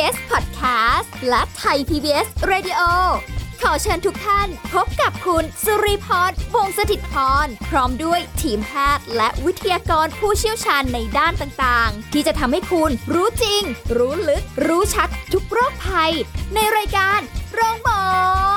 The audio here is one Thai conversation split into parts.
PBS Podcast และ Thai PBS Radio ขอเชิญทุกท่านพบกับคุณสุริพร วงศ์สถิตพรพร้อมด้วยทีมแพทย์และวิทยากรผู้เชี่ยวชาญในด้านต่างๆที่จะทำให้คุณรู้จริงรู้ลึกรู้ชัดทุกโรคภัยในรายการโรงหมอ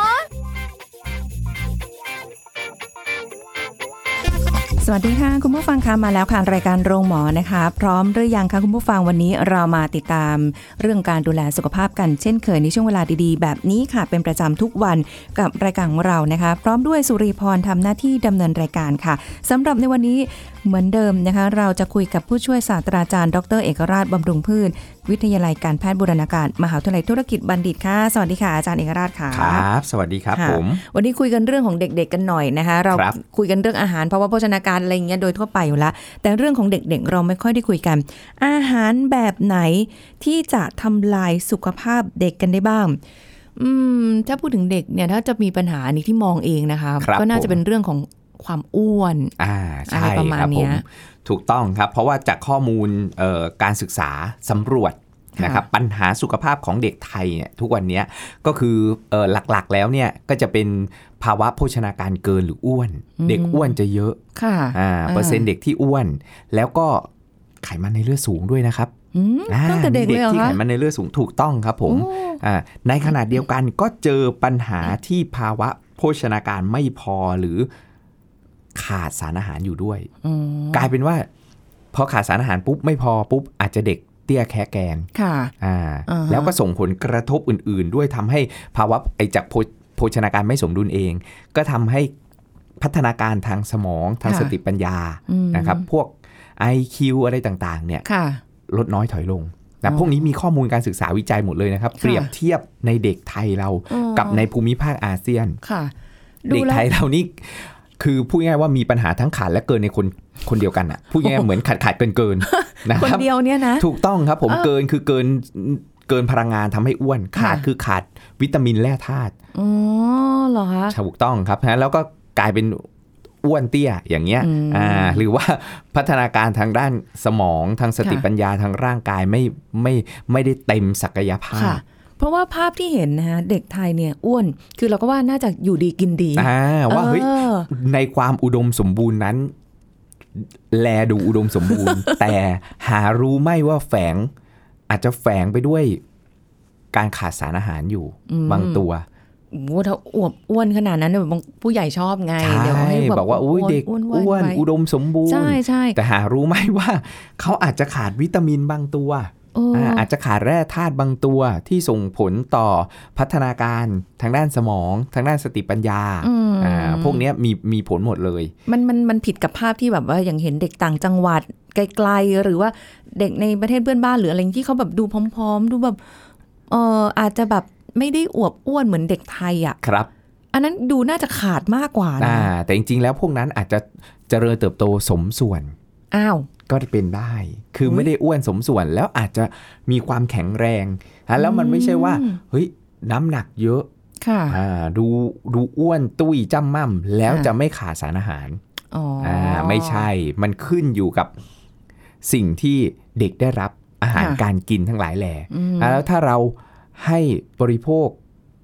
สวัสดีค่ะคุณผู้ฟังคะมาแล้วค่ะรายการโรงหมอนะคะพร้อมหรือยังคะคุณผู้ฟังวันนี้เรามาติดตามเรื่องการดูแลสุขภาพกันเช่นเคยในช่วงเวลาดีๆแบบนี้ค่ะเป็นประจำทุกวันกับรายการของเรานะคะพร้อมด้วยสุริพรทำหน้าที่ดำเนินรายการค่ะสำหรับในวันนี้เหมือนเดิมนะคะเราจะคุยกับผู้ช่วยศาสตราจารย์ดร.เอกราชบำรุงพืชวิทยาลัยการแพทย์บูรณาการมหาวิทยาลัยธุรกิจบัณฑิตค่ะสวัสดีค่ะอาจารย์เอกราชค่ะครับสวัสดีครับผมวันนี้คุยกันเรื่องของเด็กๆกันหน่อยนะคะเราคุยกันเรื่องอาหารเพราะว่าโภชนาการอะไรอย่างเงี้ยโดยทั่วไปอยู่แล้วแต่เรื่องของเด็กๆเราไม่ค่อยได้คุยกันอาหารแบบไหนที่จะทำลายสุขภาพเด็กกันได้บ้างถ้าพูดถึงเด็กเนี่ยถ้าจะมีปัญหานี้ที่มองเองนะคะก็น่าจะเป็นเรื่องของความอ้วนอะไรประมาณนี้ถูกต้องครับเพราะว่าจากข้อมูลการศึกษาสำรวจนะครับปัญหาสุขภาพของเด็กไทยเนี่ยทุกวันนี้ก็คือหลักๆแล้วเนี่ยก็จะเป็นภาวะโภชนาการเกินหรืออ้วนเด็กอ้วนจะเยอะเปอร์เซ็นต์เด็กที่อ้วนแล้วก็ไขมันในเลือดสูงด้วยนะครับตั้งแต่เด็กเลยเหรอคะที่ไขมันในเลือดสูงถูกต้องครับผมในขณะเดียวกันก็เจอปัญหาที่ภาวะโภชนาการไม่พอหรือขาดสารอาหารอยู่ด้วยกลายเป็นว่าพอขาดสารอาหารปุ๊บไม่พอปุ๊บอาจจะเด็กเตี้ยแค่แกนแล้วก็ส่งผลกระทบอื่นๆด้วยทำให้ภาวะจากโภชนาการไม่สมดุลเองก็ทำให้พัฒนาการทางสมองทางสติปัญญานะครับพวก IQ อะไรต่างๆเนี่ยลดน้อยถอยลงนะพวกนี้มีข้อมูลการศึกษาวิจัยหมดเลยนะครับเปรียบเทียบในเด็กไทยเรากับในภูมิภาคอาเซียนเด็กไทยเรานี่คือพูดง่ายว่ามีปัญหาทั้งขาดและเกินในคนเดียวกันอ่ะพูดง่ายเหมือนขาดเกินนะครับคนเดียวเนี่ยนะถูกต้องครับผมเกินคือเกินพลังงานทำให้อ้วนขาดคือขาดวิตามินแร่ธาตุอ๋อเหรอคะถูกต้องครับนะแล้วก็กลายเป็นอ้วนเตี้ยอย่างเงี้ยหรือว่าพัฒนาการทางด้านสมองทางสติปัญญาทางร่างกายไม่ได้เต็มศักยภาพเพราะว่าภาพที่เห็นนะฮะเด็กไทยเนี่ยอ้วนคือเราก็ว่าน่าจะอยู่ดีกินดีว่าเฮ้ยในความอุดมสมบูรณ์นั้นแลดูอุดมสมบูรณ์ แต่หารู้ไม่ว่าอาจจะแฝงไปด้วยการขาดสารอาหารอยู่บางตัวถ้าอวบอ้วนขนาดนั้นบางผู้ใหญ่ชอบไงเดี๋ยวให้บอกว่าอุ้ยเด็กอ้วนอุดมสมบูรณ์ใช่แต่หารู้ไหมว่าเขาอาจจะขาดวิตามินบางตัวอาจจะขาดแร่ธาตุบางตัวที่ส่งผลต่อพัฒนาการทางด้านสมองทางด้านสติปัญญาพวกนี้มีผลหมดเลยมันผิดกับภาพที่แบบว่าอย่างเห็นเด็กต่างจังหวัดไกลๆหรือว่าเด็กในประเทศเพื่อนบ้านหรืออะไรที่เขาแบบดูผอมๆดูแบบอาจจะแบบไม่ได้อวบอ้วนเหมือนเด็กไทยอ่ะครับอันนั้นดูน่าจะขาดมากกว่านะแต่จริงๆแล้วพวกนั้นอาจจะเจริญเติบโตสมส่วนก็เป็นได้คือไม่ได้อ้วนสมส่วนแล้วอาจจะมีความแข็งแรงแล้วมันไม่ใช่ว่าเฮ้ยน้ำหนักเยอะดูอ้วนตุ้ยจ้ำม่ำแล้วจะไม่ขาดสารอาหารไม่ใช่มันขึ้นอยู่กับสิ่งที่เด็กได้รับอาหารการกินทั้งหลายแหล่แล้วถ้าเราให้บริโภค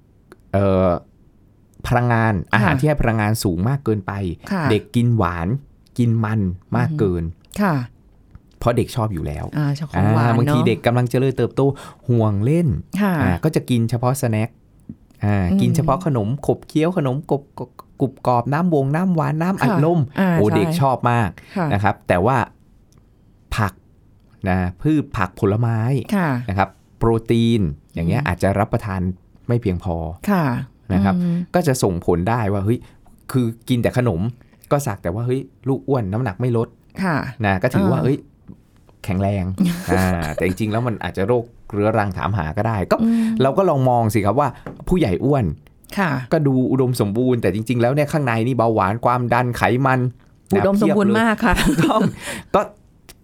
พลังงานอาหารที่ให้พลังงานสูงมากเกินไปเด็กกินหวานกินมันมากเกินเพราะเด็กชอบอยู่แล้วบางทีเด็กกำลังเจริญเติบโตห่วงเล่นก็จะกินเฉพาะสแน็คกินเฉพาะขนมขบเคี้ยวขนมกรุบกรอบน้ำหวานน้ำอัดลมเด็กชอบมากนะครับแต่ว่าผักนะพืชผักผลไม้นะครับโปรตีนอย่างเงี้ยอาจจะรับประทานไม่เพียงพอนะครับก็จะส่งผลได้ว่าเฮ้ยคือกินแต่ขนมก็สักแต่ว่าเฮ้ยลูกอ้วนน้ำหนักไม่ลดนะก็ถือว่าเฮ้ยแข็งแรงแต่จริงๆแล้วมันอาจจะโรคเรื้อรังถามหาก็ได้ก็เราก็ลองมองสิครับว่าผู้ใหญ่อ้วนก็ดูอุดมสมบูรณ์แต่จริงๆแล้วเนี่ยข้างในนี่เบาหวานความดันไขมันอุดมสมบูรณ์มากค่ะต้องก็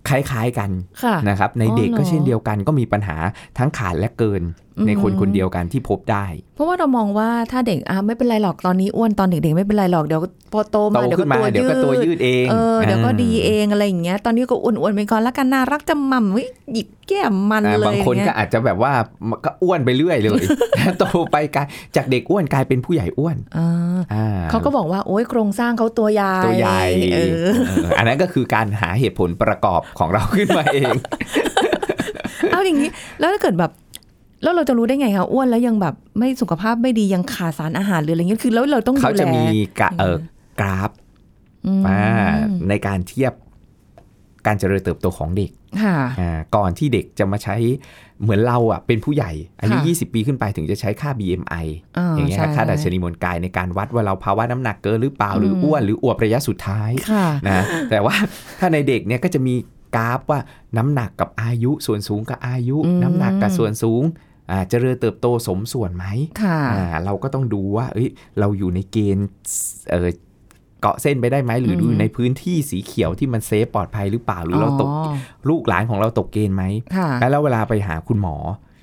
คล้ายๆกันนะครับในเด็กก็เช่นเดียวกันก็มีปัญหาทั้งขาดและเกินในคนคนเดียวกันที่พบได้เพราะว่าเรามองว่าถ้าเด็กไม่เป็นไรหรอกตอนนี้อ้วนตอนเด็กๆไม่เป็นไรหรอกเดี๋ยวพอโตมาเดี๋ยวก็ตัวยืดเองเดี๋ยวก็ดีเองอะไรอย่างเงี้ยตอนนี้ก็อ้วนๆไปก่อนแล้วกันน่ารักจำมั่มหยิกแก้มมันเลยบางคนก็อาจจะแบบว่าก็อ้วนไปเรื่อยเลยโตไปกลายจากเด็กอ้วนกลายเป็นผู้ใหญ่อ้วนเขาก็บอกว่าโอ๊ยโครงสร้างเขาตัวใหญ่อันนั้นก็คือการหาเหตุผลประกอบของเราขึ้นมาเองเอาอย่างนี้แล้วถ้าเกิดแบบแล้วเราจะรู้ได้ไงคะอ้วนแล้วยังแบบไม่สุขภาพไม่ดียังขาดสารอาหารหรืออะไรเงี้ยคือแล้วเราต้องดูแลเขาจะมีกราฟในการเทียบการเจริญเติบโตของเด็กก่อนที่เด็กจะมาใช้เหมือนเราเป็นผู้ใหญ่อายุ20ปีขึ้นไปถึงจะใช้ค่า BMI อย่างเงี้ยค่าดัชนีมวลกายในการวัดว่าเราภาวะน้ำหนักเกินหรือเปล่าหรืออ้วนหรืออวบระยะสุดท้ายนะแต่ว่าถ้าในเด็กเนี่ยก็จะมีกราฟว่าน้ำหนักกับอายุส่วนสูงกับอายุน้ำหนักกับส่วนสูงเจริญเติบโตสมส่วนไหมเราก็ต้องดูว่าเราอยู่ในเกณฑ์เกาะเส้นไปได้ไหมหรืออยู่ในพื้นที่สีเขียวที่มันเซฟปลอดภัยหรือเปล่าหรือเราตกลูกหลานของเราตกเกณฑ์ไหมแล้วเวลาไปหาคุณหมอ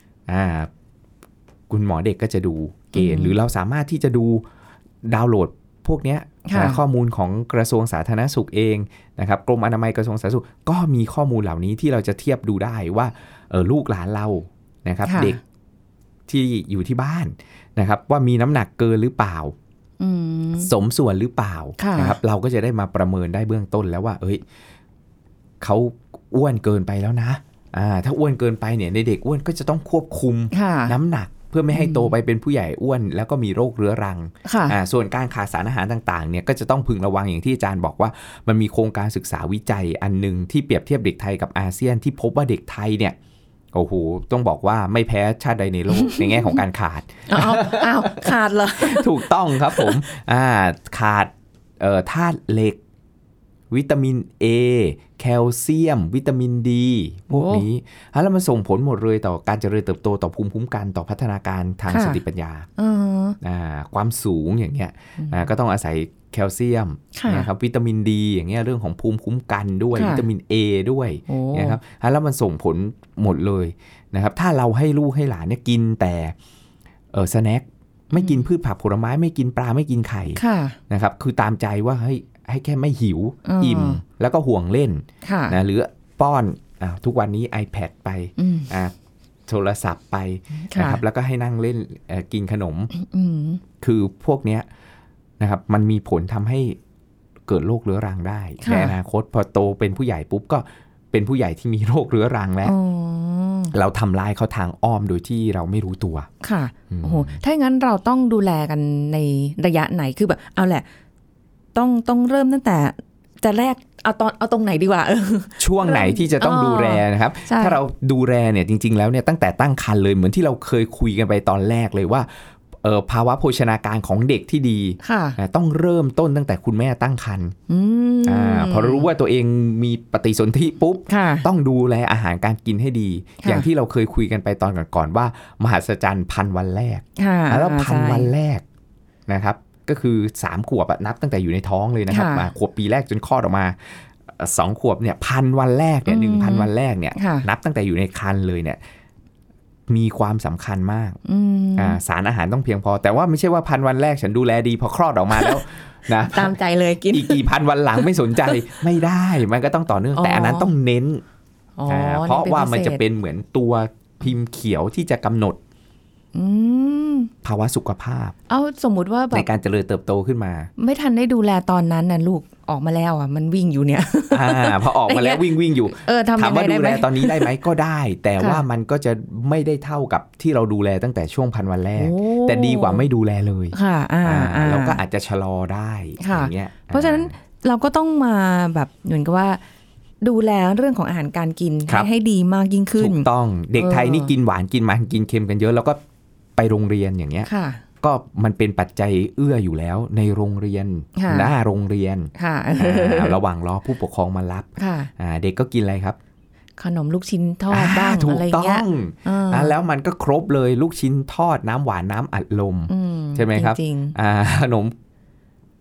คุณหมอเด็กก็จะดูเกณฑ์หรือเราสามารถที่จะดูดาวน์โหลดพวกนี้ข้อมูลของกระทรวงสาธารณสุขเองนะครับกรมอนามัยกระทรวงสาธารณสุขก็มีข้อมูลเหล่านี้ที่เราจะเทียบดูได้ว่าลูกหลานเรานะครับเด็กที่อยู่ที่บ้านนะครับว่ามีน้ำหนักเกินหรือเปล่าสมส่วนหรือเปล่านะครับเราก็จะได้มาประเมินได้เบื้องต้นแล้วว่าเขาอ้วนเกินไปแล้วนะถ้าอ้วนเกินไปเนี่ยในเด็กอ้วนก็จะต้องควบคุมน้ำหนักเพื่อไม่ให้โตไปเป็นผู้ใหญ่อ้วนแล้วก็มีโรคเรื้อรังส่วนการขาดสารอาหารต่างๆเนี่ยก็จะต้องพึงระวังอย่างที่อาจารย์บอกว่ามันมีโครงการศึกษาวิจัยอันนึงที่เปรียบเทียบเด็กไทยกับอาเซียนที่พบว่าเด็กไทยเนี่ยโอ้โหต้องบอกว่าไม่แพ้ชาติใดในโลก ในแง่ของการขาดขาดเหรอถูกต้องครับผมขาดธาตุเหล็กวิตามิน A แคลเซียมวิตามินดีพวกนี้แล้วมันส่งผลหมดเลยต่อการเจริญเติบโตต่อภูมิคุ้มกันต่อพัฒนาการทางสติปัญญาความสูงอย่างเงี้ยก็ต้องอาศัยแคลเซียมนะครับวิตามินดีอย่างเงี้ยเรื่องของภูมิคุ้มกันด้วยวิตามิน A ด้วยนะครับแล้วมันส่งผลหมดเลยนะครับถ้าเราให้ลูกให้หลานเนี่ยกินแต่สแน็คไม่กินพืชผักผลไม้ไม่กินปลาไม่กินไข่นะครับคือตามใจว่าให้แค่ไม่หิวอิ่มแล้วก็ห่วงเล่นนะหรือป้อนทุกวันนี้ iPad ไปโทรศัพท์ไปนะครับแล้วก็ให้นั่งเล่นกินขนมคือพวกเนี้ยนะครับมันมีผลทำให้เกิดโรคเรื้อรังได้ในอนาคตพอโตเป็นผู้ใหญ่ปุ๊บก็เป็นผู้ใหญ่ที่มีโรคเรื้อรังแล้วเราทำลายเขาทางอ้อมโดยที่เราไม่รู้ตัวค่ะโอ้โหถ้าอย่างนั้นเราต้องดูแลกันในระยะไหนคือแบบเอาแหละต้องเริ่มตั้งแต่จะแรกเอาตรงไหนดีกว่าช่วงไหนที่จะต้องดูแลนะครับถ้าเราดูแลเนี่ยจริงๆแล้วเนี่ยตั้งแต่ตั้งครรภ์เลยเหมือนที่เราเคยคุยกันไปตอนแรกเลยว่าภาวะโภชนาการของเด็กที่ดีต้องเริ่มต้นตั้งแต่คุณแม่ตั้งครรภ์พอรู้ว่าตัวเองมีปฏิสนธิปุ๊บต้องดูแลอาหารการกินให้ดีอย่างที่เราเคยคุยกันไปตอนก่อนๆว่ามหัศจรรย์1,000 วันแรกแล้ว1,000 วันแรกนะครับก็คือ3 ขวบนับตั้งแต่อยู่ในท้องเลยนะครับขวบปีแรกจนคลอดออกมา2 ขวบเนี่ย1,000 วันแรกเนี่ย 1,000 วันแรกเนี่ยนับตั้งแต่อยู่ในครรภ์เลยเนี่ยมีความสำคัญมากสารอาหารต้องเพียงพอแต่ว่าไม่ใช่ว่า1,000 วันแรกฉันดูแลดีพอคลอดออกมาแล้วนะตามใจเลยกินอีกกี่พันวันหลังไม่สนใจไม่ได้มันก็ต้องต่อเนื่องแต่อันนั้นต้องเน้นเพราะว่ามันจะเป็นเหมือนตัวพิมพ์เขียวที่จะกำหนดภาวะสุขภาพสมมุติว่าในการเจริญเติบโตขึ้นมาไม่ทันได้ดูแลตอนนั้นน่ะลูกออกมาแล้วมันวิ่งอยู่เนี่ยพอออกมาแล้ววิ่งอยู่ถามว่าดูแลตอนนี้ได้ไหมก็ได้แต่ว่ามันก็จะไม่ได้เท่ากับที่เราดูแลตั้งแต่ช่วง1,000 วันแรกแต่ดีกว่าไม่ดูแลเลยเราก็อาจจะชะลอได้อย่างเงี้ยเพราะฉะนั้นเราก็ต้องมาแบบเหมือนกับว่าดูแลเรื่องของอาหารการกินให้ดีมากยิ่งขึ้นถูกต้องเด็กไทยนี่กินหวานกินมันกินเค็มกันเยอะแล้วก็ไปโรงเรียนอย่างเงี้ยก็มันเป็นปัจจัยเอื้ออยู่แล้วในโรงเรียนหน้าโรงเรียนระหว่างรอผู้ปกครองมารับเด็กก็กินอะไรครับขนมลูกชิ้นทอดบ้างอะไรเงี้ยแล้วมันก็ครบเลยลูกชิ้นทอดน้ำหวานน้ำอัดลมใช่ไหมครับขนม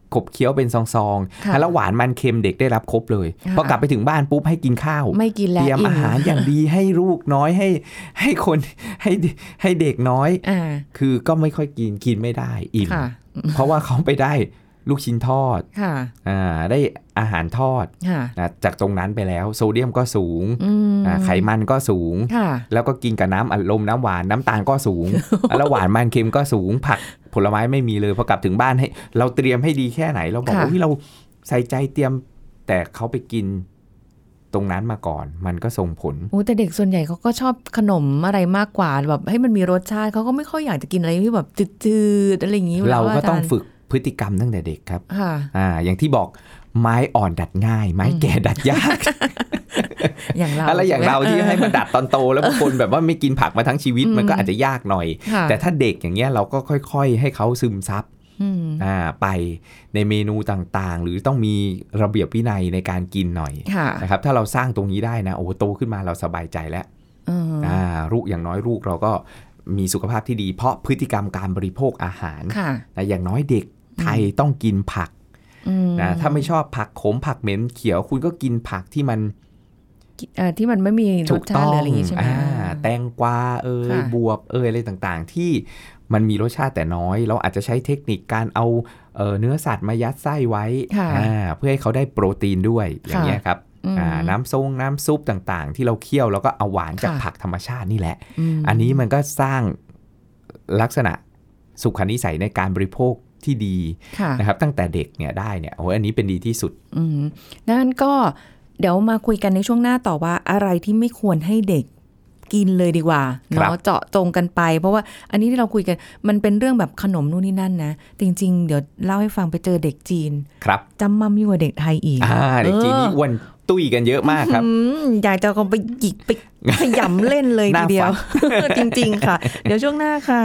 ขบเคี้ยวเป็นซองๆแล้วหวานมันเค็มเด็กได้รับครบเลยพอกลับไปถึงบ้านปุ๊บให้กินข้าวไม่กินแล้วเตรียมอาหารอย่างดีให้ลูกน้อยให้คนให้เด็กน้อยคือก็ไม่ค่อยกินไม่ได้อิ่มเพราะว่าเขาไปได้ลูกชิ้นทอดได้อาหารทอดนะจากตรงนั้นไปแล้วโซเดียมก็สูงไขมันก็สูงแล้วก็กินกับน้ำอัดลมน้ำหวานน้ำตาลก็สูง แล้วหวานมันเค็มก็สูงผักผลไม้ไม่มีเลยพอกลับถึงบ้านให้เราเตรียมให้ดีแค่ไหนเราบอกว่าเราใส่ใจเตรียมแต่เขาไปกินตรงนั้นมาก่อนมันก็ส่งผลแต่เด็กส่วนใหญ่เขาก็ชอบขนมอะไรมากกว่าแบบให้มันมีรสชาติเขาก็ไม่ค่อยอยากจะกินอะไรที่แบบจืดๆอะไรอย่างนี้เราก็ต้องฝึกพฤติกรรมตั้งแต่เด็กครับอย่างที่บอกไม้อ่อนดัดง่ายไม้แก่ดัดยากอย่างเราอะไรอย่างเราที่ให้มันดัดตอนโตแล้วบางคนแบบว่าไม่กินผักมาทั้งชีวิตมันก็อาจจะยากหน่อยแต่ถ้าเด็กอย่างเงี้ยเราก็ค่อยๆให้เขาซึมซับไปในเมนูต่างๆหรือต้องมีระเบียบวินัยในการกินหน่อยนะครับถ้าเราสร้างตรงนี้ได้นะโอ้โตขึ้นมาเราสบายใจแล้วลูกอย่างน้อยลูกเราก็มีสุขภาพที่ดีเพราะพฤติกรรมการบริโภคอาหารนะอย่างน้อยเด็กไทยต้องกินผักนะถ้าไม่ชอบผักขมผักเหม็นเขียวคุณก็กินผักที่มันไม่มีรสชาติอะไรอย่างนี้ใช่ไหมแตงกวาบวบอะไรต่างๆที่มันมีรสชาติแต่น้อยเราอาจจะใช้เทคนิคการเอาเนื้อสัตว์มายัดไส้ไว้เพื่อให้เขาได้โปรตีนด้วยอย่างเงี้ยครับน้ำซุปต่างๆที่เราเคี่ยวแล้วก็เอาหวานจากผักธรรมชาตินี่แหละอันนี้มันก็สร้างลักษณะสุขนิสัยในการบริโภคที่ดีนะครับตั้งแต่เด็กเนี่ยได้เนี่ยอันนี้เป็นดีที่สุดนั่นก็เดี๋ยวมาคุยกันในช่วงหน้าต่อว่าอะไรที่ไม่ควรให้เด็กกินเลยดีกว่าเนาะเจาะจงกันไปเพราะว่าอันนี้ที่เราคุยกันมันเป็นเรื่องแบบขนมนู่นนี่นั่นนะจริงๆเดี๋ยวเล่าให้ฟังไปเจอเด็กจีนจำมั่มยิ่งกว่าเด็กไทยอีกเด็กจีนนี่อ้วนตุ้ยกันเยอะมากครับอยากจะเอาไปหยิกไปขยำเล่นเลยทีเดียวจริงๆค่ะเดี๋ยวช่วงหน้าค่ะ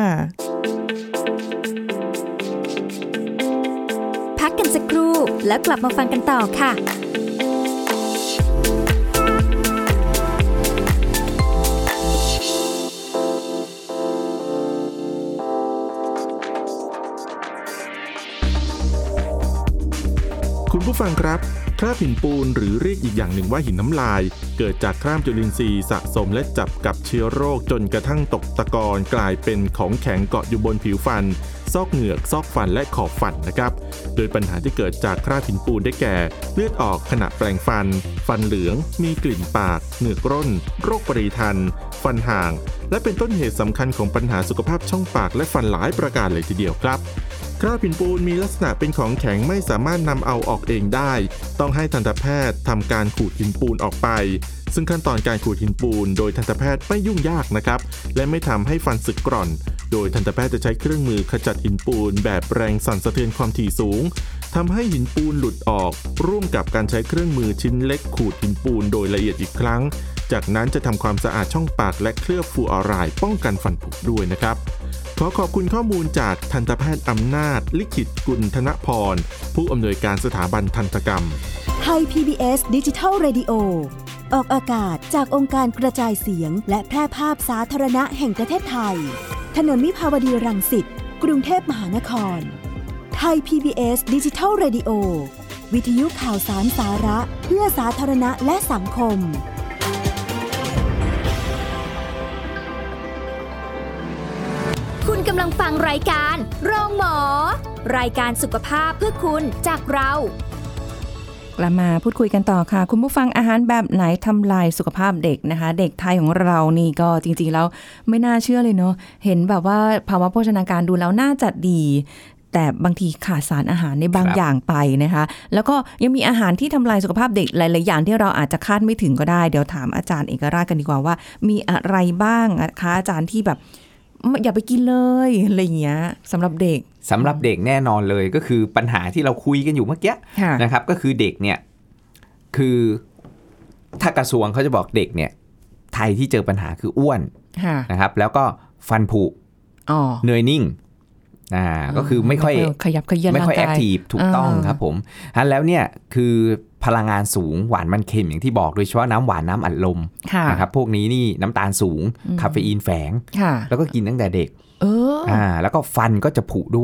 พักกันสักครู่แล้วกลับมาฟังกันต่อค่ะคุณผู้ฟังครับคราบหินปูนหรือเรียกอีกอย่างหนึ่งว่าหินน้ำลายเกิดจากคราบจุลินทรีย์สะสมและจับกับเชื้อโรคจนกระทั่งตกตะกอนกลายเป็นของแข็งเกาะอยู่บนผิวฟันซอกเหงือกซอกฟันและขอบฟันนะครับโดยปัญหาที่เกิดจากคราบหินปูนได้แก่เลือดออกขณะแปรงฟันฟันเหลืองมีกลิ่นปากเหงือกร่นโรคปริทันฟันห่างและเป็นต้นเหตุสำคัญของปัญหาสุขภาพช่องปากและฟันหลายประการเลยทีเดียวครับคราบหินปูนมีลักษณะเป็นของแข็งไม่สามารถนำเอาออกเองได้ต้องให้ทันตแพทย์ทำการขูดหินปูนออกไปซึ่งขั้นตอนการขูดหินปูนโดยทันตแพทย์ไม่ยุ่งยากนะครับและไม่ทำให้ฟันสึกกร่อนโดยทันตแพทย์จะใช้เครื่องมือขจัดหินปูนแบบแรงสั่นสะเทือนความถี่สูงทำให้หินปูนหลุดออกร่วมกับการใช้เครื่องมือชิ้นเล็กขูดหินปูนโดยละเอียดอีกครั้งจากนั้นจะทำความสะอาดช่องปากและเคลือบฟลูออไรด์ป้องกันฟันผุด้วยนะครับขอขอบคุณข้อมูลจากทันตแพทย์อำนาจลิขิตกุลธนพรผู้อำนวยการสถาบันทันตกรรมไทย PBS Digital Radio ออกอากาศจากองค์การกระจายเสียงและแพร่ภาพสาธารณะแห่งประเทศไทยถนนวิภาวดีรังสิตกรุงเทพมหานครไทย PBS Digital Radio วิทยุข่าวสารสาระเพื่อสาธารณะและสังคมคุณกำลังฟังรายการโรงหมอรายการสุขภาพเพื่อคุณจากเรากลับมาพูดคุยกันต่อค่ะคุณผู้ฟังอาหารแบบไหนทำลายสุขภาพเด็กนะคะเด็กไทยของเรานี่ก็จริงๆแล้วไม่น่าเชื่อเลยเนาะเห็นแบบว่าภาวะโภชนาการดูแล้วน่าจะดีแต่บางทีขาดสารอาหารในบางอย่างไปนะคะแล้วก็ยังมีอาหารที่ทำลายสุขภาพเด็กหลายๆอย่างที่เราอาจจะคาดไม่ถึงก็ได้เดี๋ยวถามอาจารย์เอกราชกันดีกว่าว่ามีอะไรบ้างคะอาจารย์ที่แบบอย่าไปกินเลยอะไรอย่างเงี้ยสำหรับเด็กแน่นอนเลยก็คือปัญหาที่เราคุยกันอยู่เมื่อกี้นะครับก็คือเด็กเนี่ยคือถ้ากระทรวงเขาจะบอกเด็กเนี่ยไทยที่เจอปัญหาคืออ้วนนะครับแล้วก็ฟันผุเหนื่อยนิ่งก็คือไม่ค่อยขยับเขยื้อนไม่ค่อยแอคทีฟถูกต้องครับผมแล้วเนี่ยคือพลังงานสูงหวานมันเค็มอย่างที่บอกโดยเฉพาะน้ำหวานน้ำอัดลมนะครับพวกนี้นี่น้ำตาลสูงคาเฟอีนแฝงแล้วก็กินตั้งแต่เด็กแล้วก็ฟันก็จะผุด้วย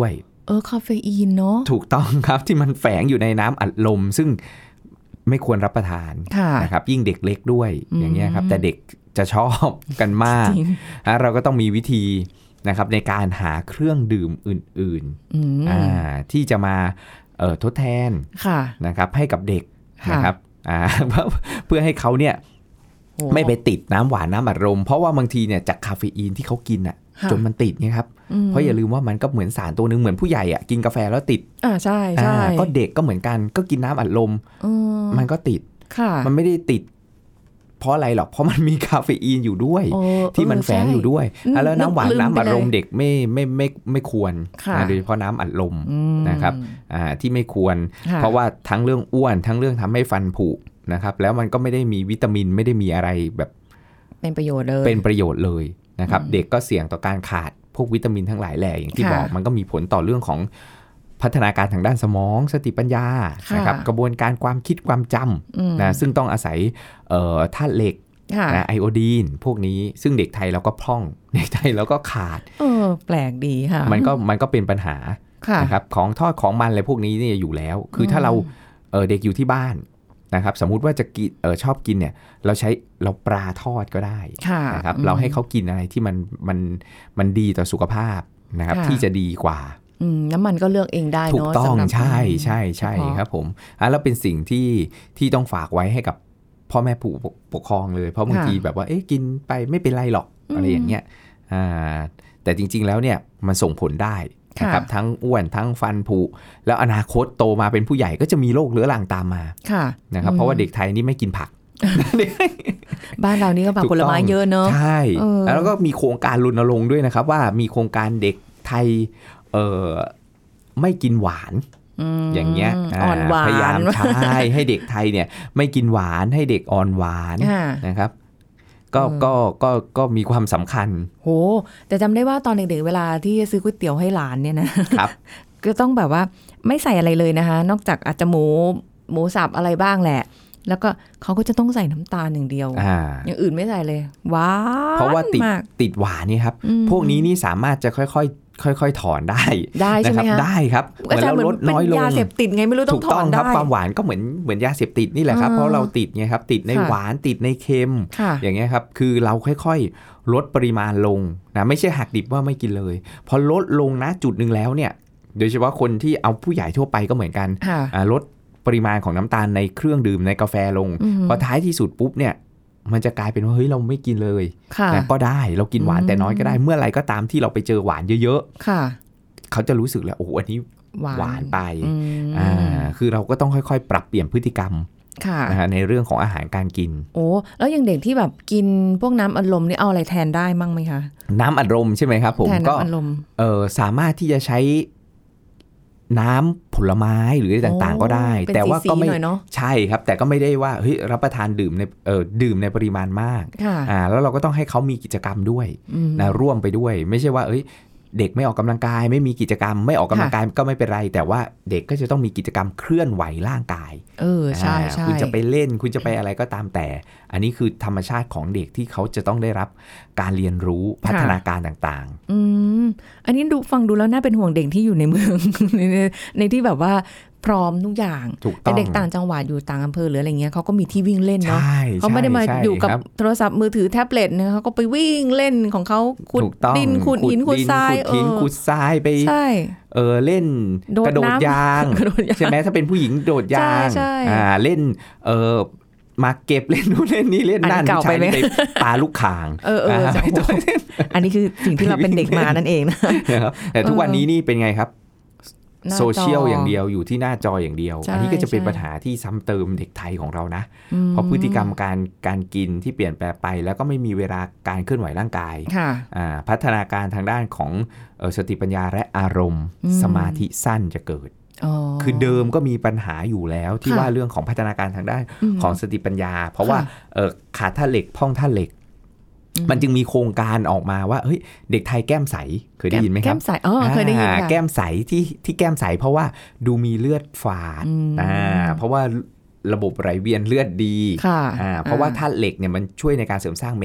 คาเฟอีนเนาะถูกต้องครับที่มันแฝงอยู่ในน้ำอัดลมซึ่งไม่ควรรับประทานนะครับยิ่งเด็กเล็กด้วยอย่างเงี้ยครับแต่เด็กจะชอบกันมากเราก็ต้องมีวิธีนะครับในการหาเครื่องดื่มอื่นๆที่จะมาทดแทนนะครับให้กับเด็กนะครับเพื่อให้เขาเนี่ยไม่ไปติดน้ำหวานน้ำอัดลมเพราะว่าบางทีเนี่ยจากคาเฟอีนที่เขากินอ่ะจนมันติดไงครับเพราะอย่าลืมว่ามันก็เหมือนสารตัวนึงเหมือนผู้ใหญ่อ่ะกินกาแฟแล้วติดใช่ใช่ก็เด็กก็เหมือนกันก็กินน้ำอัดลมมันก็ติดมันไม่ได้ติดเพราะอะไรหรอกเพราะมันมีคาเฟอีนอยู่ด้วยที่มันแฝงอยู่ด้วยแล้วน้ำหวานน้ำอัดลมเด็กไม่ควรโดยเฉพาะน้ำอัดลมนะครับที่ไม่ควรเพราะว่าทั้งเรื่องอ้วนทั้งเรื่องทำให้ฟันผุนะครับแล้วมันก็ไม่ได้มีวิตามินไม่ได้มีอะไรแบบเป็นประโยชน์เลยนะครับเด็กก็เสี่ยงต่อการขาดพวกวิตามินทั้งหลายแหล่อย่างที่บอกมันก็มีผลต่อเรื่องของพัฒนาการทางด้านสมองสติปัญญานะครับกระบวนการความคิดความจำนะซึ่งต้องอาศัยธาตุเหล็กไอโอดีนพวกนี้ซึ่งเด็กไทยเราก็พร่องเด็กไทยเราก็ขาดแปลกดีค่ะมันก็เป็นปัญหานะครับของทอดของมันอะไรพวกนี้นี่อยู่แล้วคือถ้าเราเด็กอยู่ที่บ้านนะครับสมมุติว่าจะกินชอบกินเนี่ยเราปลาทอดก็ได้นะครับเราให้เขากินอะไรที่มันดีต่อสุขภาพนะครับที่จะดีกว่าน้ำมันก็เลือกเองได้เนาะถูกต้องใช่ใช่ใช่ครับผมแล้วเป็นสิ่งที่ต้องฝากไว้ให้กับพ่อแม่ผู้ปกครองเลยเพราะบางทีแบบว่ากินไปไม่เป็นไรหรอกอะไรอย่างเงี้ยแต่จริงๆแล้วเนี่ยมันส่งผลได้นะครับทั้งอ้วนทั้งฟันผุแล้วอนาคตโตมาเป็นผู้ใหญ่ก็จะมีโรคเรื้อรังตามมานะครับเพราะว่าเด็กไทยนี่ไม่กินผักบ้านเรานี่ก็ผักผลไม้เยอะเนอะใช่แล้วก็มีโครงการรณรงค์ด้วยนะครับว่ามีโครงการเด็กไทยไม่กินหวานอย่างเงี้ยพยายามให้เด็กไทยเนี่ยไม่กินหวานให้เด็กอ่อนหวานนะครับก็มีความสำคัญโหแต่จำได้ว่าตอนเด็กๆเวลาที่ซื้อก๋วยเตี๋ยวให้หลานเนี่ยนะครับก็ต้องแบบว่าไม่ใส่อะไรเลยนะคะนอกจากอาจจะหมูสับอะไรบ้างแหละแล้วก็เขาก็จะต้องใส่น้ำตาลอย่างเดียวอย่างอื่นไม่ใส่เลยว้าเพราะว่าติดหวานนี่ครับพวกนี้นี่สามารถจะค่อยถอนได้ใช่ไหมคะได้ครับเหมือนเราลดน้อยลงยาเสพติดไงไม่รู้ต้องถอนได้ความหวานก็เหมือนยาเสพติดนี่แหละครับเพราะเราติดไงครับติดในหวานติดในเค็มอย่างเงี้ยครับคือเราค่อยๆลดปริมาณลงนะไม่ใช่หักดิบว่าไม่กินเลยพอลดลงนะจุดนึงแล้วเนี่ยโดยเฉพาะคนที่เอาผู้ใหญ่ทั่วไปก็เหมือนกันลดปริมาณของน้ำตาลในเครื่องดื่มในกาแฟลงพอท้ายที่สุดปุ๊บเนี่ยมันจะกลายเป็นว่าเฮ้ยเราไม่กินเลยก็ได้เรากินหวานแต่น้อยก็ได้เมื่อไรก็ตามที่เราไปเจอหวานเยอะๆเขาจะรู้สึกแล้วโอ้โหอันนี้หวานไปคือเราก็ต้องค่อยๆปรับเปลี่ยนพฤติกรรมในเรื่องของอาหารการกินโอ้แล้วอย่างเด็กที่แบบกินพวกน้ำอัดลมนี่เอาอะไรแทนได้มั่งไหมคะน้ำอัดลมใช่ไหมครับผมก็สามารถที่จะใช้น้ำผลไม้หรืออะไรต่างๆก็ได้แต่ว่าก็ไม่ใช่ครับแต่ก็ไม่ได้ว่าเฮ้ยรับประทานดื่มในปริมาณมากแล้วเราก็ต้องให้เขามีกิจกรรมด้วยนะร่วมไปด้วยไม่ใช่ว่าเด็กไม่ออกกำลังกายไม่มีกิจกรรมไม่ออกกำลังกายก็ไม่เป็นไรแต่ว่าเด็กก็จะต้องมีกิจกรรมเคลื่อนไหวร่างกายใช่คุณจะไปเล่นคุณจะไปอะไรก็ตามแต่อันนี้คือธรรมชาติของเด็กที่เขาจะต้องได้รับการเรียนรู้พัฒนาการต่างๆอันนี้ฟังดูแล้วน่าเป็นห่วงเด็กที่อยู่ในเมือง ในที่แบบว่าพร้อมทุกอย่างแต่เด็กต่างจังหวัดอยู่ต่างอำเภอหรืออะไรเงี้ยเขาก็มีที่วิ่งเล่นเนาะเขาไม่ได้มาอยู่กับโทรศัพท์มือถือแท็บเล็ตเนี่ยเขาก็ไปวิ่งเล่นของเขาขุดดินขุดหินขุดทรายขุดทรายไปเล่นกระโดดยางใช่ไหมถ้าเป็นผู้หญิงโดดยางเล่นมาเก็บเล่นนู่นเล่นนี่เล่นนั่นใช้ไปปลาลูกข่างอันนี้คือสิ่งที่เราเป็นเด็กมานั่นเองนะแต่ทุกวันนี้นี่เป็นไงครับโซเชียลอย่างเดียวอยู่ที่หน้าจออย่างเดียวอันนี้ก็จะเป็นปัญหาที่ซ้ำเติมเด็กไทยของเรานะเพราะพฤติกรรมการกินที่เปลี่ยนแปลงไปแล้วก็ไม่มีเวลาการเคลื่อนไหวร่างกายพัฒนาการทางด้านของสติปัญญาและอารมณ์สมาธิสั้นจะเกิดคือเดิมก็มีปัญหาอยู่แล้วที่ว่าเรื่องของพัฒนาการทางด้านของสติปัญญาเพราะว่าขาดธาตุเหล็กพร่องธาตุเหล็กมันจึงมีโครงการออกมาว่าเฮ้ยเด็กไทยแก้มใสเคยได้ยินไหมครับแก้มใสเคยได้ยินค่ะแก้มใสที่แก้มใสเพราะว่าดูมีเลือดฝาดเพราะว่าระบบไหลเวียนเลือดดีเพราะว่าธาตุเหล็กเนี่ยมันช่วยในการเสริมสร้างเม็ด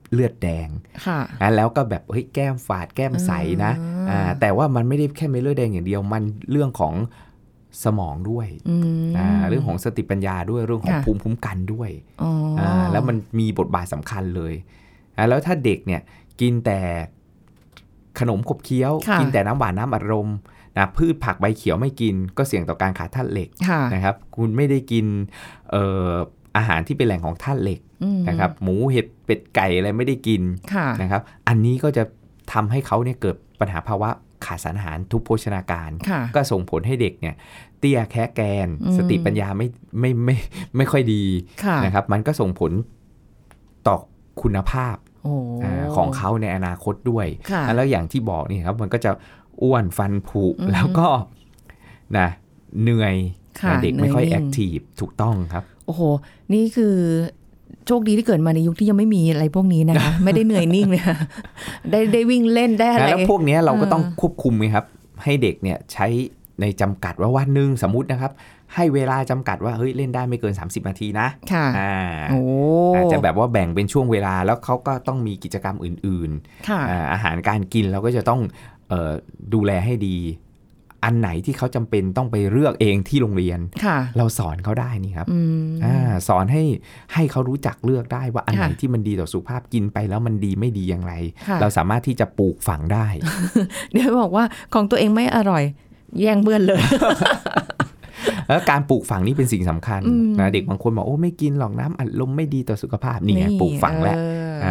เลือดแดงแล้วก็แบบเฮ้ยแก้มฝาดแก้มใสนะแต่ว่ามันไม่ได้แค่เม็ดเลือดแดงอย่างเดียวมันเรื่องของสมองด้วยเรื่องของสติปัญญาด้วยเรื่องของภูมิคุ้มกันด้วยแล้วมันมีบทบาทสำคัญเลยแล้วถ้าเด็กเนี่ยกินแต่ขนมขบเคี้ยวกินแต่น้ำหวานน้ำอัดลมนะพืชผักใบเขียวไม่กินก็เสี่ยงต่อการขาดธาตุเหล็กนะครับคุณไม่ได้กินอาหารที่เป็นแหล่งของธาตุเหล็กนะครับหมูเห็ดเป็ดไก่อะไรไม่ได้กินนะครับอันนี้ก็จะทำให้เขาเนี่ยเกิดปัญหาภาวะขาดสารอาหารทุพโภชนาการก็ส่งผลให้เด็กเนี่ยเตี้ยแค่แกนสติปัญญาไม่ค่อยดีนะครับมันก็ส่งผลต่อคุณภาพของเขาในอนาคตด้วยแล้วอย่างที่บอกนี่ครับมันก็จะอ้วนฟันผุแล้วก็นะเหนื่อยเด็กไม่ค่อยแอคทีฟถูกต้องครับโอ้โหนี่คือโชคดีที่เกิดมาในยุคที่ยังไม่มีอะไรพวกนี้นะคะ ไม่ได้เหนื่อยนิ่งเลยได้วิ่งเล่นได้อะไรแล้วพวกนี้เราก็ต้องควบคุมไงครับให้เด็กเนี่ยใช้ในจำกัดว่าวันนึงสมมุตินะครับให้เวลาจำกัดว่าเฮ้ยเล่นได้ไม่เกิน30นาทีนะอาจจะแบบว่าแบ่งเป็นช่วงเวลาแล้วเขาก็ต้องมีกิจกรรมอื่นๆอาหารการกินเราก็จะต้องดูแลให้ดีอันไหนที่เขาจำเป็นต้องไปเลือกเองที่โรงเรียนเราสอนเขาได้นี่ครับสอนให้เขารู้จักเลือกได้ว่าอันไหนที่มันดีต่อสุขภาพกินไปแล้วมันดีไม่ดีอย่างไรเราสามารถที่จะปลูกฝังได้เดี๋ยวบอกว่าของตัวเองไม่อร่อยแย่งเพื่อนเลยแล้วการปลูกฝังนี่เป็นสิ่งสำคัญนะเด็กบางคนบอกโอ้ไม่กินหรอกน้ำอัดลมไม่ดีต่อสุขภาพนี่ไงปลูกฝังแล้ว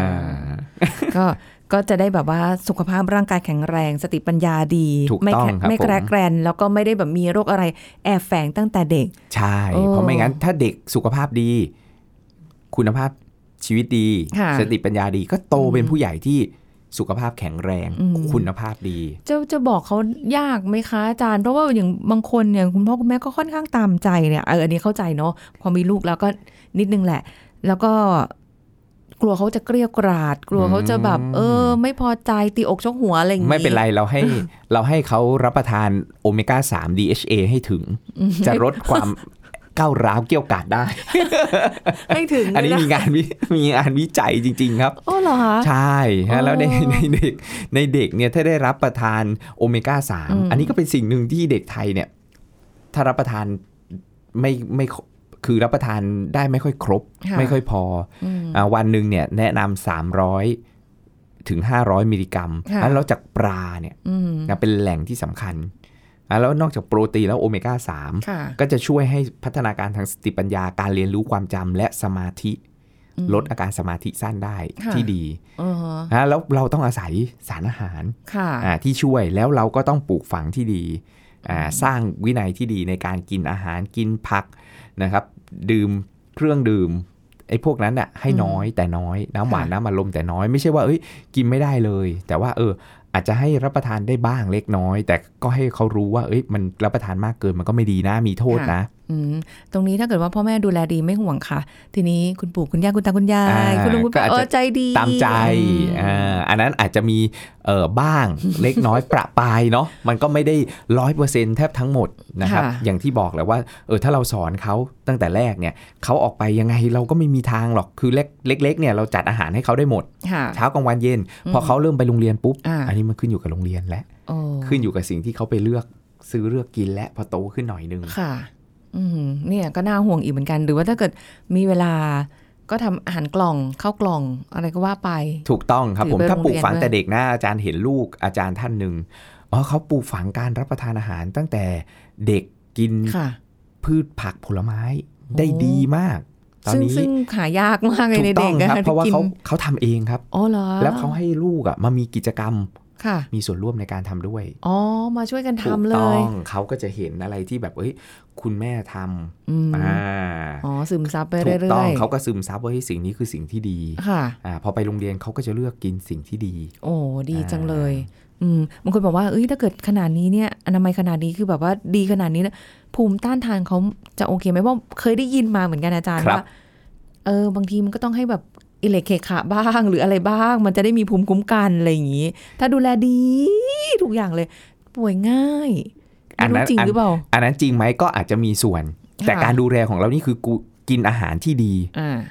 ก็จะได้แบบว่าสุขภาพร่างกายแข็งแรงสติปัญญาดีไม่แกรกแกรนแล้วก็ไม่ได้แบบมีโรคอะไรแอบแฝงตั้งแต่เด็กใช่เพราะไม่งั้นถ้าเด็กสุขภาพดีคุณภาพชีวิตดีสติปัญญาดีก็โตเป็นผู้ใหญ่ที่สุขภาพแข็งแรงคุณภาพดีจะบอกเขายากไหมคะอาจารย์เพราะว่าอย่างบางคนเนี่ยคุณพ่อคุณแม่ก็ค่อนข้างตามใจเนี่ยอันนี้เข้าใจเนาะพอมีลูกแล้วก็นิดนึงแหละแล้วก็กลัวเขาจะเกลี้ยกล่อมกลัวเขาจะแบบไม่พอใจตีอกชกหัวอะไรอย่างงี้ไม่เป็นไรเราให้เขารับประทานโอเมก้า3 DHA ให้ถึงจะลดความก้าวร้าวเกี่ยวกาดได้ไม่ถึงอันนี้มีงานวิจัยจริงๆครับอ๋อเหรอคะใช่แล้วในเด็กเนี่ยถ้าได้รับประทานโอเมก้า3อันนี้ก็เป็นสิ่งหนึ่งที่เด็กไทยเนี่ยถ้ารับประทานไม่คือรับประทานได้ไม่ค่อยครบไม่ค่อยพอวันหนึ่งเนี่ยแนะนำ300 ถึง 500 มิลลิกรัมแล้วจากปลาเนี่ยเป็นแหล่งที่สำคัญแล้วนอกจากโปรตีนแล้วโอเมก้า3ก็จะช่วยให้พัฒนาการทางสติปัญญาการเรียนรู้ความจำและสมาธิลดอาการสมาธิสั้นได้ที่ดีแล้วเราต้องอาศัยสารอาหารที่ช่วยแล้วเราก็ต้องปลูกฝังที่ดีสร้างวินัยที่ดีในการกินอาหารกินผักนะครับดื่มเครื่องดื่มไอ้พวกนั้นน่ะให้น้อยแต่น้อยน้ำหวานน้ำอัดลมแต่น้อยไม่ใช่ว่ากินไม่ได้เลยแต่ว่าอาจจะให้รับประทานได้บ้างเล็กน้อยแต่ก็ให้เขารู้ว่ามันรับประทานมากเกินมันก็ไม่ดีนะมีโทษนะตรงนี้ถ้าเกิดว่าพ่อแม่ดูแลดีไม่ห่วงค่ะทีนี้คุณปู่คุณย่าคุณตาคุณยายคุณลุงคุณป้าใจดีตามใจอันนั้นอาจจะมีบ้างเล็กน้อยประปายเนาะมันก็ไม่ได้ 100% แทบทั้งหมดนะครับอย่างที่บอกแหละว่าถ้าเราสอนเขาตั้งแต่แรกเนี่ยเขาออกไปยังไงเราก็ไม่มีทางหรอกคือเล็กๆเนี่ยเราจัดอาหารให้เขาได้หมดเช้ากลางวันเย็นพอเขาเริ่มไปโรงเรียนปุ๊บอันนี้มันขึ้นอยู่กับโรงเรียนและขึ้นอยู่กับสิ่งที่เขาไปเลือกซื้อเลือกกินและพอโตขึ้นหน่อยนึงเนี่ยก็น่าห่วงอีกเหมือนกันหรือว่าถ้าเกิดมีเวลาก็ทำอาหารกล่องข้าวกล่องอะไรก็ว่าไปถูกต้องครับผมถ้าปลูกฝังแต่เด็กนะอาจารย์เห็นลูกอาจารย์ท่านหนึ่งเขาปลูกฝังการรับประทานอาหารตั้งแต่เด็กกินพืชผักผลไม้ได้ดีมากตอนนี้ซึ่งหายากมากเลยในเด็กครับเพราะว่าเขาทำเองครับแล้วเขาให้ลูกมามีกิจกรรมมีส่วนร่วมในการทำด้วยมาช่วยกันทำเลยเขาก็จะเห็นอะไรที่แบบคุณแม่ทำซึมซับไปเรื่อยๆถูกต้องเขาก็ซึมซับว่าสิ่งนี้คือสิ่งที่ดีพอไปโรงเรียนเขาก็จะเลือกกินสิ่งที่ดีดีจังเลยบางคนบอกว่าถ้าเกิดขนาดนี้เนี่ยอนามัยขนาดนี้คือแบบว่าดีขนาดนี้นะภูมิต้านทานเขาจะโอเคไหมเพราะเคยได้ยินมาเหมือนกันอาจารย์ว่าบางทีมันก็ต้องให้แบบอิเล็กเคขาบ้างหรืออะไรบ้างมันจะได้มีภูมิคุ้มกันอะไรอย่างนี้ถ้าดูแลดีทุกอย่างเลยป่วยง่ายอันนั้นจริงหรือเปล่าอันนั้นจริงไหมก็อาจจะมีส่วนแต่การดูแลของเรานี่คือกินอาหารที่ดี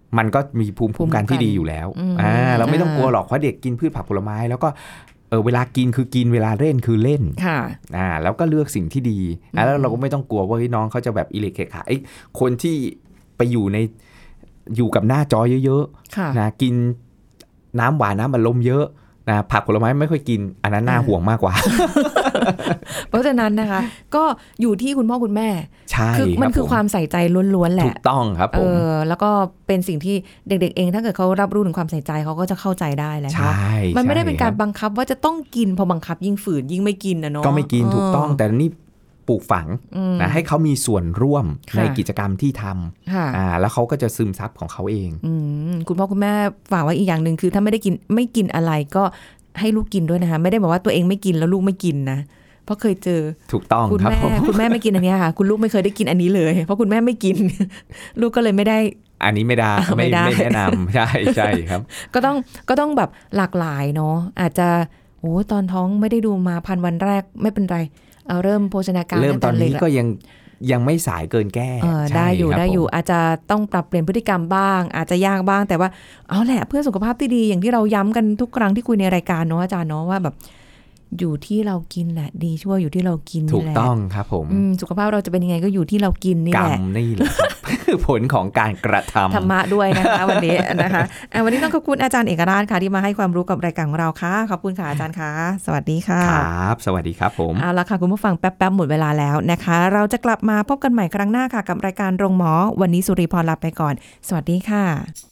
มันก็มีภูมิคุ้มกันที่ดีอยู่แล้วเราไม่ต้องกลัวหรอกเพราะเด็กกินพืชผักผลไม้แล้วก็เวลากินคือกินเวลาเล่นคือเล่นแล้วก็เลือกสิ่งที่ดีแล้วเราก็ไม่ต้องกลัวว่าน้องเขาจะแบบอิเล็กเคขาคนที่ไปอยู่กับหน้าจอเยอะๆนะกินน้ำหวานน้ำอัดลมเยอะนะผักผลไม้ไม่ค่อยกินอันนั้นน่าห่วงมากกว่าเพราะฉะนั้นนะคะก็อยู่ที่คุณพ่อคุณแม่ใช่คือมันคือความใส่ใจล้วนๆแหละถูกต้องครับผมแล้วก็เป็นสิ่งที่เด็กๆเองถ้าเกิดเขารับรู้ถึงความใส่ใจเขาก็จะเข้าใจได้แหละเนาะมันไม่ได้เป็นการบังคับว่าจะต้องกินพอบังคับยิ่งฝืนยิ่งไม่กินนะเนาะก็ไม่กินถูกต้องแต่นี่ปลูกฝังนะให้เขามีส่วนร่วมในกิจกรรมที่ทำแล้วเขาก็จะซึมซับของเขาเองคุณพ่อคุณแม่ฝากไว้อีกอย่างนึงคือถ้าไม่กินอะไรก็ให้ลูกกินด้วยนะคะไม่ได้บอกว่าตัวเองไม่กินแล้วลูกไม่กินนะเพราะเคยเจอถูกต้องครับคุณแม่ไม่กินอันนี้ค่ะคุณลูกไม่เคยได้กินอันนี้เลยเพราะคุณแม่ไม่กินลูกก็เลยไม่ได้อันนี้ไม่ได้ไม่แนะนำใช่ครับก็ต้องแบบหลากหลายเนาะอาจจะตอนท้องไม่ได้ดูมาพันวันแรกไม่เป็นไรเริ่มโภชนาการเริ่มตอนนี้ก็ยังไม่สายเกินแก้ได้อยู่อาจจะต้องปรับเปลี่ยนพฤติกรรมบ้างอาจจะยากบ้างแต่ว่าเอาแหละเพื่อสุขภาพที่ดีอย่างที่เราย้ำกันทุกครั้งที่คุยในรายการเนาะอาจารย์เนาะว่าแบบอยู่ที่เรากินแหละดีชั่วอยู่ที่เรากินถูกต้องครับผมสุขภาพเราจะเป็นยังไงก็อยู่ที่เรากินนี่แหละกรรมนี่แหละผลของการกระทำธรรมะด้วยนะคะวันนี้นะคะวันนี้ต้องขอบคุณอาจารย์เอกราชค่ะที่มาให้ความรู้กับรายการของเราค่ะขอบคุณค่ะอาจารย์ค่ะสวัสดีค่ะครับสวัสดีครับผมเอาละค่ะคุณผู้ฟังแป๊บๆหมดเวลาแล้วนะคะเราจะกลับมาพบกันใหม่ครั้งหน้าค่ะกับรายการโรงหมอวันนี้สุริพรลาไปก่อนสวัสดีค่ะ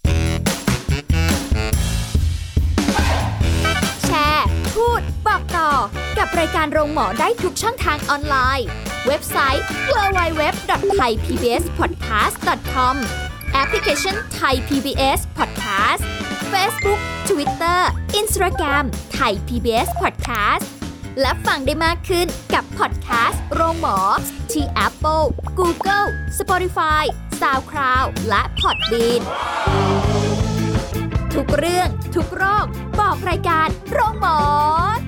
พูดบอกต่อกับรายการโรงหมอได้ทุกช่องทางออนไลน์เว็บไซต์ www.thaipbspodcast.com แอปพลิเคชัน Thai PBS Podcast Facebook Twitter Instagram Thai PBS Podcast และฟังได้มากขึ้นกับพอดแคสต์โรงหมอที่ Apple, Google, Spotify, SoundCloud และ Podbeanทุกเรื่องทุกโรคบอกรายการโรงหมอ